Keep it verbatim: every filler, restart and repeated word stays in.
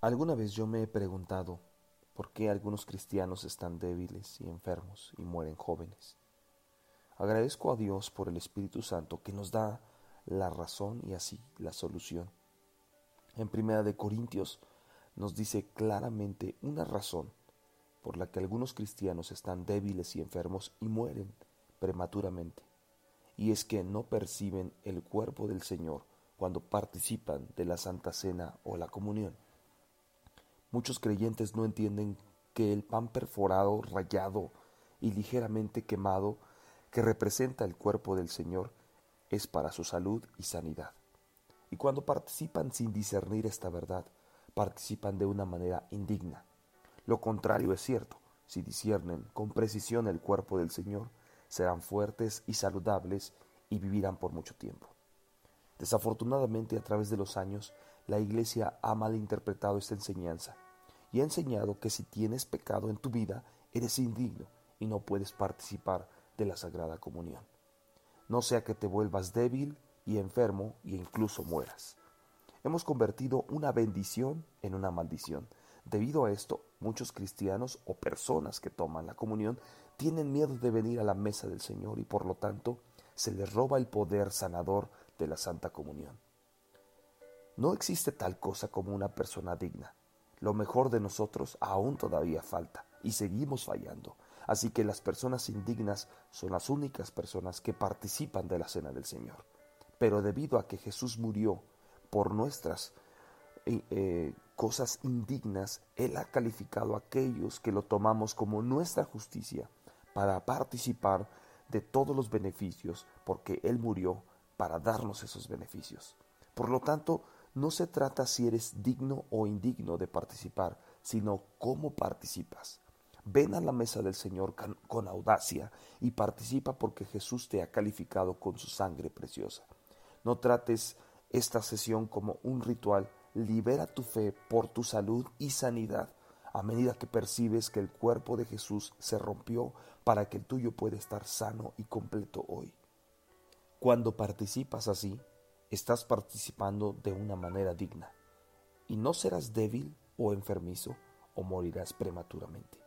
Alguna vez yo me he preguntado por qué algunos cristianos están débiles y enfermos y mueren jóvenes. Agradezco a Dios por el Espíritu Santo que nos da la razón y así la solución. En Primera de Corintios nos dice claramente una razón por la que algunos cristianos están débiles y enfermos y mueren prematuramente, y es que no perciben el cuerpo del Señor cuando participan de la Santa Cena o la comunión. Muchos creyentes no entienden que el pan perforado, rayado y ligeramente quemado que representa el cuerpo del Señor es para su salud y sanidad. Y cuando participan sin discernir esta verdad, participan de una manera indigna. Lo contrario es cierto. Si disciernen con precisión el cuerpo del Señor, serán fuertes y saludables y vivirán por mucho tiempo. Desafortunadamente, a través de los años, la Iglesia ha malinterpretado esta enseñanza y ha enseñado que si tienes pecado en tu vida, eres indigno y no puedes participar de la Sagrada Comunión. No sea que te vuelvas débil y enfermo e incluso mueras. Hemos convertido una bendición en una maldición. Debido a esto, muchos cristianos o personas que toman la comunión tienen miedo de venir a la mesa del Señor y por lo tanto se les roba el poder sanador de la Santa Comunión. No existe tal cosa como una persona digna. Lo mejor de nosotros aún todavía falta y seguimos fallando. Así que las personas indignas son las únicas personas que participan de la cena del Señor. Pero debido a que Jesús murió por nuestras eh, eh, cosas indignas, Él ha calificado a aquellos que lo tomamos como nuestra justicia para participar de todos los beneficios, porque Él murió para darnos esos beneficios. Por lo tanto, no se trata si eres digno o indigno de participar, sino cómo participas. Ven a la mesa del Señor con audacia y participa porque Jesús te ha calificado con su sangre preciosa. No trates esta sesión como un ritual. Libera tu fe por tu salud y sanidad a medida que percibes que el cuerpo de Jesús se rompió para que el tuyo pueda estar sano y completo hoy. Cuando participas así, estás participando de una manera digna y no serás débil o enfermizo o morirás prematuramente.